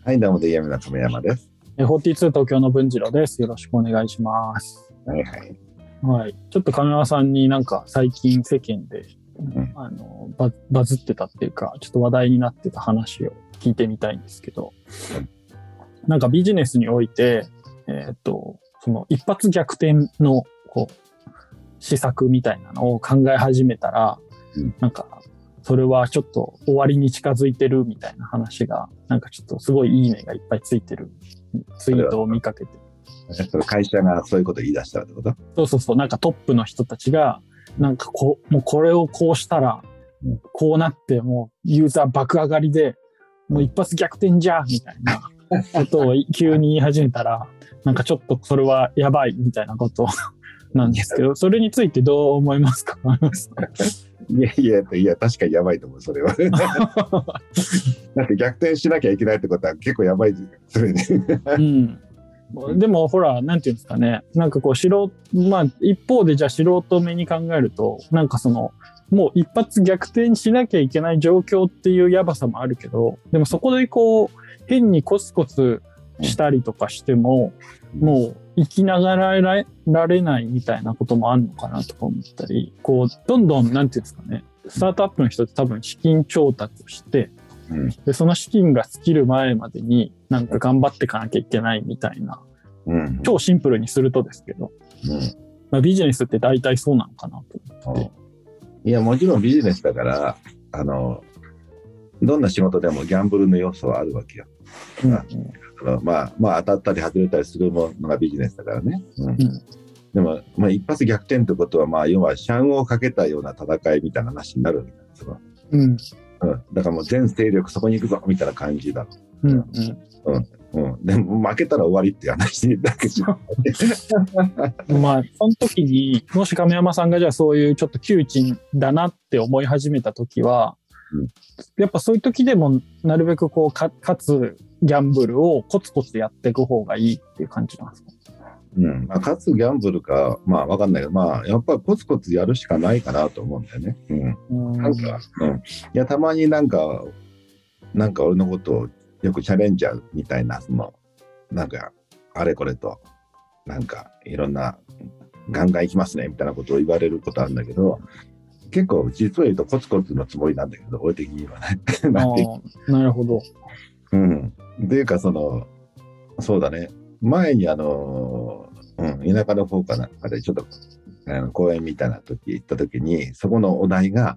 はい、どうも DM の亀山です。 42東京の文次郎です。よろしくお願いします。 はいはい。 はい。ちょっと亀山さんになんか最近世間で、バズってたっていうか、ちょっと話題になってた話を聞いてみたいんですけど、なんかビジネスにおいて、その一発逆転の施策みたいなのを考え始めたら、なんかそれはちょっと終わりに近づいてるみたいな話が、なんかちょっとすごいいいねがいっぱいついてるツイートを見かけて。 会社がそういうことを言い出したってこと？ そう。なんかトップの人たちが、なんかもうこれをこうしたら、こうなってもうユーザー爆上がりで、もう一発逆転じゃみたいなことを急に言い始めたら、なんかちょっとそれはやばいみたいなことなんですけど、それについてどう思いますか？ いや、確かにやばいと思う、それは。だって逆転しなきゃいけないってことは結構やばいですよね。 でもほら、なんていうんですかね。なんかこう一方でじゃあ素人目に考えると、なんかもう一発逆転しなきゃいけない状況っていうやばさもあるけど、でもそこで変にコツコツしたりとかしても、もう生きながられないみたいなこともあるのかなとか思ったり、どんどん、なんていうんですかね。スタートアップの人って多分資金調達をして、でその資金が尽きる前までになんか頑張っていかなきゃいけないみたいな、超シンプルにするとですけど、ビジネスって大体そうなのかなと思って。 いや、もちろんビジネスだから、どんな仕事でもギャンブルの要素はあるわけよ。まあ当たったり外れたりするものがビジネスだからね。でも、一発逆転ってことは、要は社運をかけたような戦いみたいな話になるわけなんですよ。だからもう全勢力そこに行くぞみたいな感じだろ。でも負けたら終わりっていう話だけど。 その時にもし亀山さんがじゃあそういうちょっと窮地だなって思い始めた時は、やっぱそういう時でもなるべく勝つギャンブルをコツコツやっていく方がいいっていう感じなんですか？ 勝つギャンブルか分かんないけど、やっぱりコツコツやるしかないかなと思うんだよね。いやたまになんか俺のことをよくチャレンジャーみたいななんかあれこれとなんかいろんなガンガンいきますねみたいなことを言われることあるんだけど、結構実を言うとコツコツのつもりなんだけど、俺的にはね。 なるほど。 っていうかそうだね。前に田舎の方かなんかでちょっと公園みたいな行った時に、そこのお題が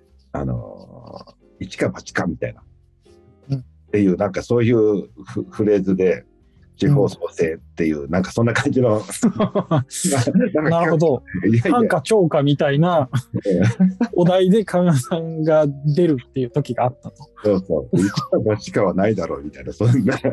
一か八かみたいな、っていうなんかそういうフレーズで地方創生っていう、なんかそんな感じのなるほど。短歌長歌みたいなお題で亀山さんが出るっていう時があったと。 そう一か八かはないだろうみたいな、そんな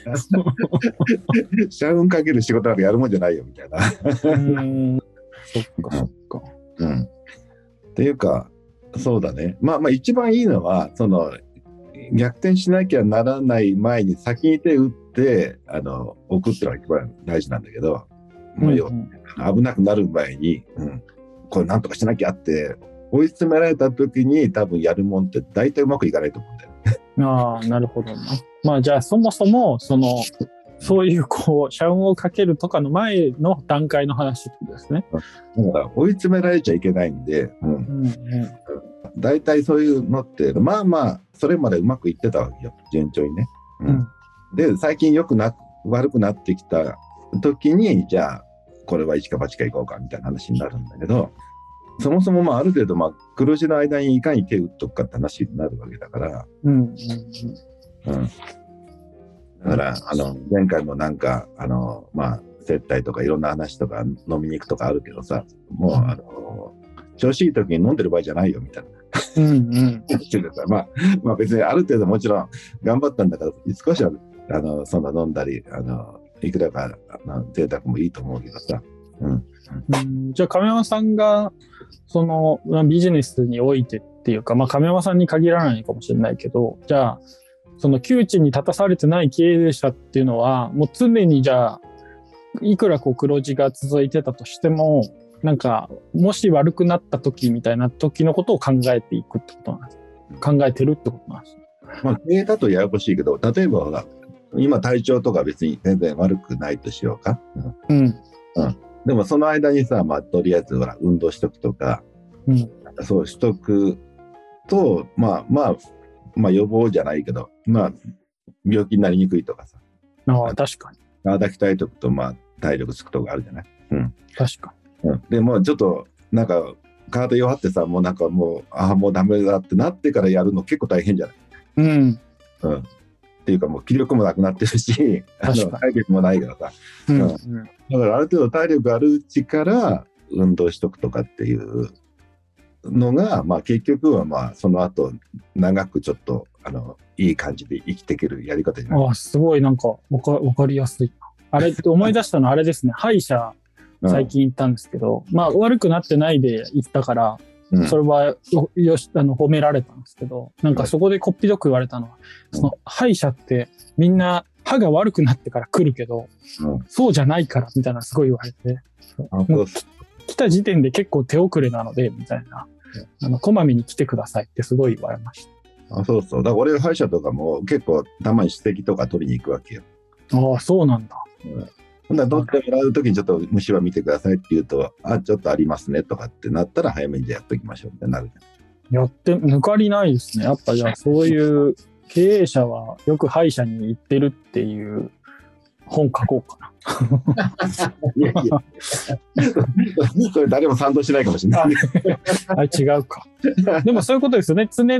社運かける仕事なんかやるもんじゃないよみたいな。 そっか。 っていうかそうだね。一番いいのは逆転しなきゃならない前に先に手打って置くってのが一番大事なんだけど、危なくなる前に、これなんとかしなきゃって追い詰められた時に多分やるもんって大体うまくいかないと思うんだよね。 なるほどな。じゃあそもそもそういう社運をかけるとかの前の段階の話ってことですね。 だから追い詰められちゃいけないんで、大体そういうのってそれまでうまくいってたわけよ、順調にね。で最近悪くなってきた時に、じゃあこれは一か八かいこうかみたいな話になるんだけど、そもそもある程度黒字の間にいかに手を打っとくかって話になるわけだから。だから前回もなんか接待とかいろんな話とか飲みに行くとかあるけどさ、もう調子いい時に飲んでる場合じゃないよみたいな。別にある程度もちろん頑張ったんだから少しはそんな飲んだりいくらか贅沢もいいと思うけどさ。 じゃあ亀山さんがビジネスにおいてっていうか、亀山さんに限らないかもしれないけど、じゃあその窮地に立たされてない経営者っていうのはもう常にじゃあいくら黒字が続いてたとしても、なんかもし悪くなった時みたいな時のことを考えていくってことなんです。考えてるってことなんです。 経営だとややこしいけど、例えば今体調とか別に全然悪くないとしようか。 うん。 うん。でもその間にさ、まあとりあえずほら運動しとくとか、 うん。 そうしとくと、まあ予防じゃないけど、まあ病気になりにくいとかさ。 ああ、確かに。 体鍛えとくと、まあ体力つくとかあるじゃない。うん。 確かうん。でもうちょっとなんか体弱ってさ、もうなんかもうもうダメだってなってからやるの結構大変じゃない。 に。うん。 うん。っていうかもう気力もなくなってるし、 確かに体力もないからさ。 うん。 だからある程度体力あるうちから運動しとくとかっていうのが、まあ結局はまあその後長くちょっといい感じで生きていけるやり方じゃない。 ああ、すごいなんかわかりやすい。あれって思い出したのあれですね。歯医者最近行ったんですけど、まあ悪くなってないで行ったから、それはよし褒められたんですけど、なんかそこでこっぴどく言われたのは、その歯医者ってみんな歯が悪くなってから来るけど、そうじゃないからみたいなすごい言われて、来た時点で結構手遅れなのでみたいな、こまめに来てくださいってすごい言われました。 そうそう。だから俺歯医者とかも結構たまに歯石とか取りに行くわけよ。 ああ、そうなんだ。 ほんなら取ってもらうときにちょっと虫歯見てくださいって言うと、ちょっとありますねとかってなったら早めにじゃあやっときましょうってなる。 抜かりないですね。やっぱじゃあそういう経営者はよく歯医者に行ってるっていう本書こうかな。 いやいやそれ誰も賛同しないかもしれない。 違うか。でもそういうことですよね。常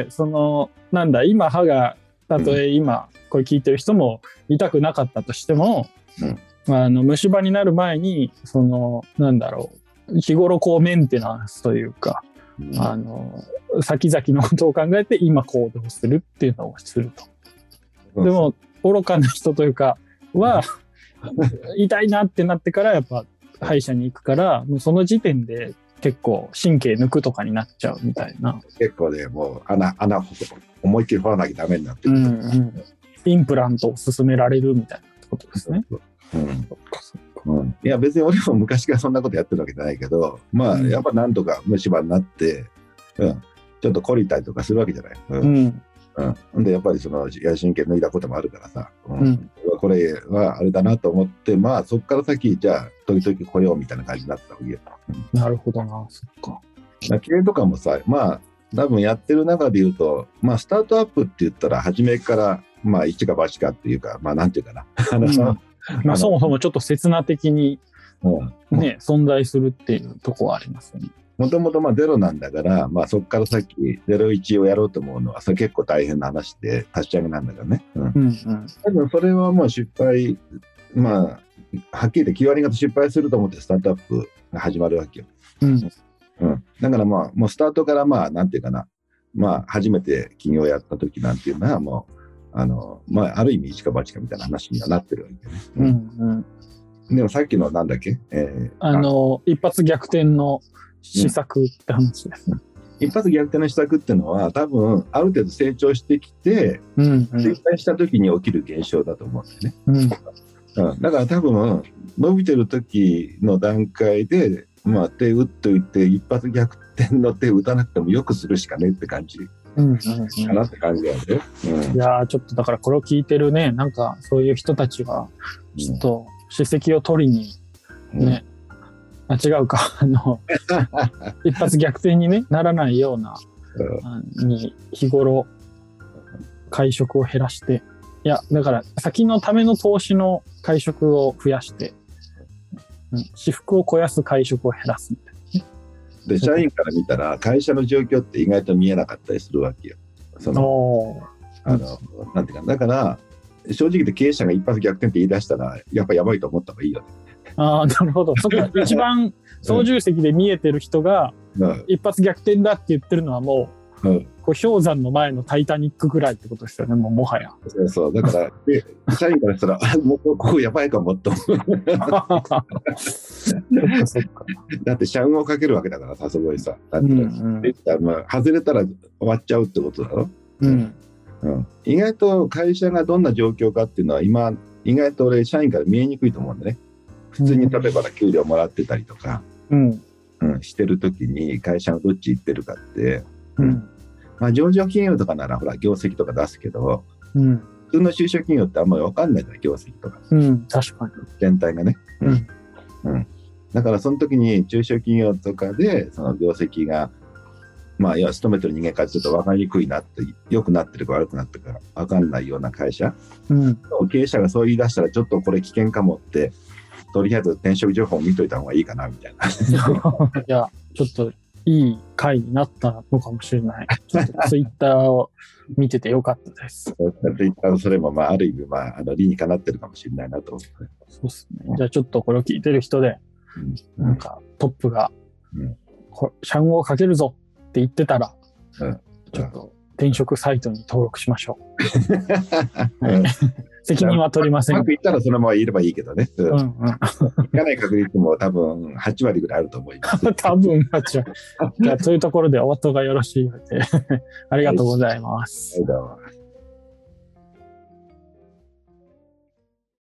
々、今歯が、たとえ今、これ聞いてる人も痛くなかったとしても、虫歯になる前に、日頃こうメンテナンスというか、先々のことを考えて今行動するっていうのをすると。でも、愚かな人というかは、痛いなってなってからやっぱ歯医者に行くから、もうその時点で結構神経抜くとかになっちゃうみたいな。 結構ね、もう穴思いっきり掘らなきゃダメになってる。 インプラントを勧められるみたいなことですね。 いや別に俺も昔からそんなことやってるわけじゃないけど、まあやっぱなんとか虫歯になって、ちょっと懲りたりとかするわけじゃない。でやっぱりその野神経抜いたこともあるからさ、これはあれだなと思って、まあそこから先じゃあ時々来ようみたいな感じになったわけよ。 なるほどな、そっか。 経営とかもさ、まあ多分やってる中で言うと、まあスタートアップって言ったら初めからまあ一か八かっていうか、まあなんていうかな。 まあそもそもちょっと刹那的にね、存在するっていうとこはありますよね。 もともとゼロなんだから、まあ、そこからさっき01をやろうと思うのはそれ結構大変な話で立ち上げなんだからね。多分それはもう失敗、まあはっきり言って9割方失敗すると思ってスタートアップが始まるわけよ。だからまあもうスタートからまあなんていうかな、まあ初めて起業やった時なんていうのはもうまあある意味一か八かみたいな話にはなってるわけね。でもさっきのなんだっけ、 一発逆転の施策って話ですね。 一発逆転の施策っていうのは多分ある程度成長してきて、失敗した時に起きる現象だと思うんだよね。だから多分伸びてる時の段階で、まあ、手打っといて一発逆転の手打たなくてもよくするしかねって感じかなって感じだよね。 いやちょっとだからこれを聞いてるね、なんかそういう人たちはちょっと歯石を取りにね、違うか一発逆転に、ね、ならないような、に日頃会食を減らして、いやだから先のための投資の会食を増やして、私腹を肥やす会食を減らすみたいな、 で社員から見たら会社の状況って意外と見えなかったりするわけよ。なんていうか、だから正直言って経営者が一発逆転って言い出したらやっぱやばいと思った方がいいよね。なるほど。そこ一番操縦席で見えてる人が一発逆転だって言ってるのはもう、こう氷山の前のタイタニックぐらいってことですよね、もはや。 そうだから社員からしたらもうここやばいかもとだって社運をかけるわけだからさ、すごいさ、だって外れたら終わっちゃうってことだろ。意外と会社がどんな状況かっていうのは今意外と俺社員から見えにくいと思うんだね。普通に例えば給料もらってたりとか、してる時に会社がどっち行ってるかって、まあ上場企業とかならほら業績とか出すけど、 普通の中小企業ってあんまり分かんないじゃない、業績とか。 確かに。 全体がね。だからその時に中小企業とかでその業績が要は勤めてる人間からちょっと分かりにくいなって、良くなってるか悪くなってるか分かんないような会社、経営者がそう言い出したらちょっとこれ危険かもって、とりあえず転職情報を見といた方がいいかなみたいな。 いや、ちょっといい回になったのかもしれない。ちょっとツイッターを見ててよかったです。 ツイッターのそれもある意味理にかなってるかもしれないなと思って。 そうですね。じゃあちょっとこれを聞いてる人で、なんかトップが、社運をかけるぞって言ってたら、ちょっと転職サイトに登録しましょう。責任は取りません。 うまくいったらそのままいればいいけどね。いかない確率も多分8割ぐらいあると思います。 多分8割。じゃあ、というところでお後がよろしいので、ありがとうございます。 はい、どうも。